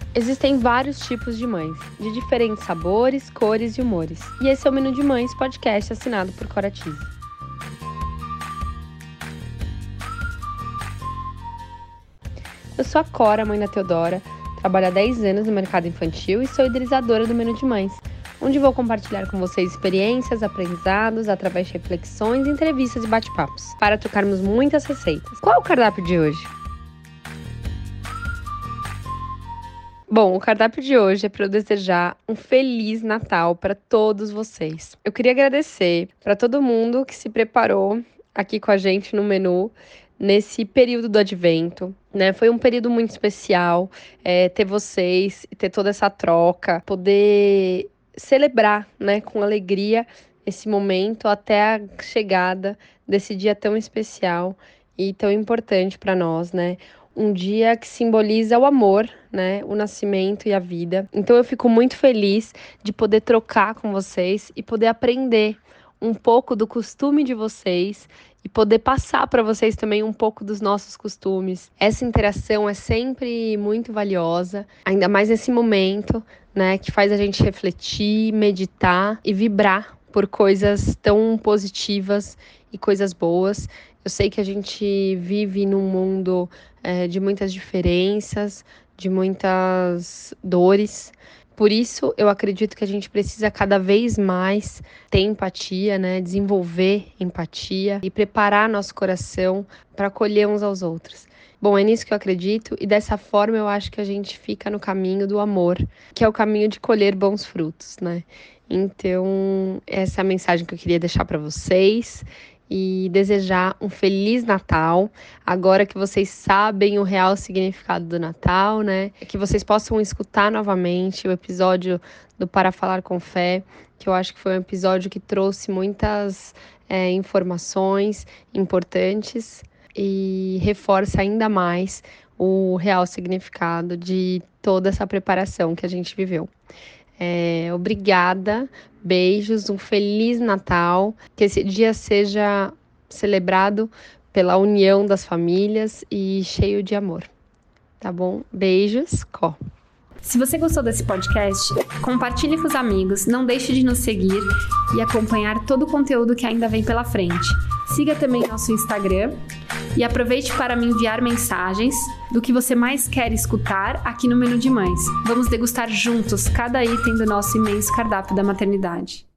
Existem vários tipos de mães, de diferentes sabores, cores e humores. E esse é o Menu de Mães, podcast assinado por Cora Tizzi. Eu sou a Cora, mãe da Teodora, trabalho há 10 anos no mercado infantil e sou idealizadora do Menu de Mães, onde vou compartilhar com vocês experiências, aprendizados, através de reflexões, entrevistas e bate-papos, para trocarmos muitas receitas. Qual é o cardápio de hoje? Bom, o cardápio de hoje é para eu desejar um Feliz Natal para todos vocês. Eu queria agradecer para todo mundo que se preparou aqui com a gente no menu nesse período do Advento, né? Foi um período muito especial, ter vocês, ter toda essa troca, poder celebrar, né, com alegria esse momento até a chegada desse dia tão especial e tão importante para nós, né? Um dia que simboliza o amor, né? O nascimento e a vida. Então eu fico muito feliz de poder trocar com vocês e poder aprender um pouco do costume de vocês e poder passar para vocês também um pouco dos nossos costumes. Essa interação é sempre muito valiosa, ainda mais nesse momento, né? Que faz a gente refletir, meditar e vibrar por coisas tão positivas e coisas boas. Eu sei que a gente vive num mundo de muitas diferenças, de muitas dores. Por isso, eu acredito que a gente precisa cada vez mais ter empatia, né? Desenvolver empatia e preparar nosso coração para acolher uns aos outros. Bom, é nisso que eu acredito e dessa forma eu acho que a gente fica no caminho do amor, que é o caminho de colher bons frutos, né? Então, essa é a mensagem que eu queria deixar para vocês e desejar um Feliz Natal, agora que vocês sabem o real significado do Natal, né? Que vocês possam escutar novamente o episódio do Para Falar com Fé, que eu acho que foi um episódio que trouxe muitas informações importantes e reforça ainda mais o real significado de toda essa preparação que a gente viveu. Obrigada, beijos, um Feliz Natal, que esse dia seja celebrado pela união das famílias e cheio de amor, tá bom? Beijos, Có. Se você gostou desse podcast, compartilhe com os amigos, não deixe de nos seguir e acompanhar todo o conteúdo que ainda vem pela frente. Siga também nosso Instagram e aproveite para me enviar mensagens do que você mais quer escutar aqui no Menu de Mães. Vamos degustar juntos cada item do nosso imenso cardápio da maternidade.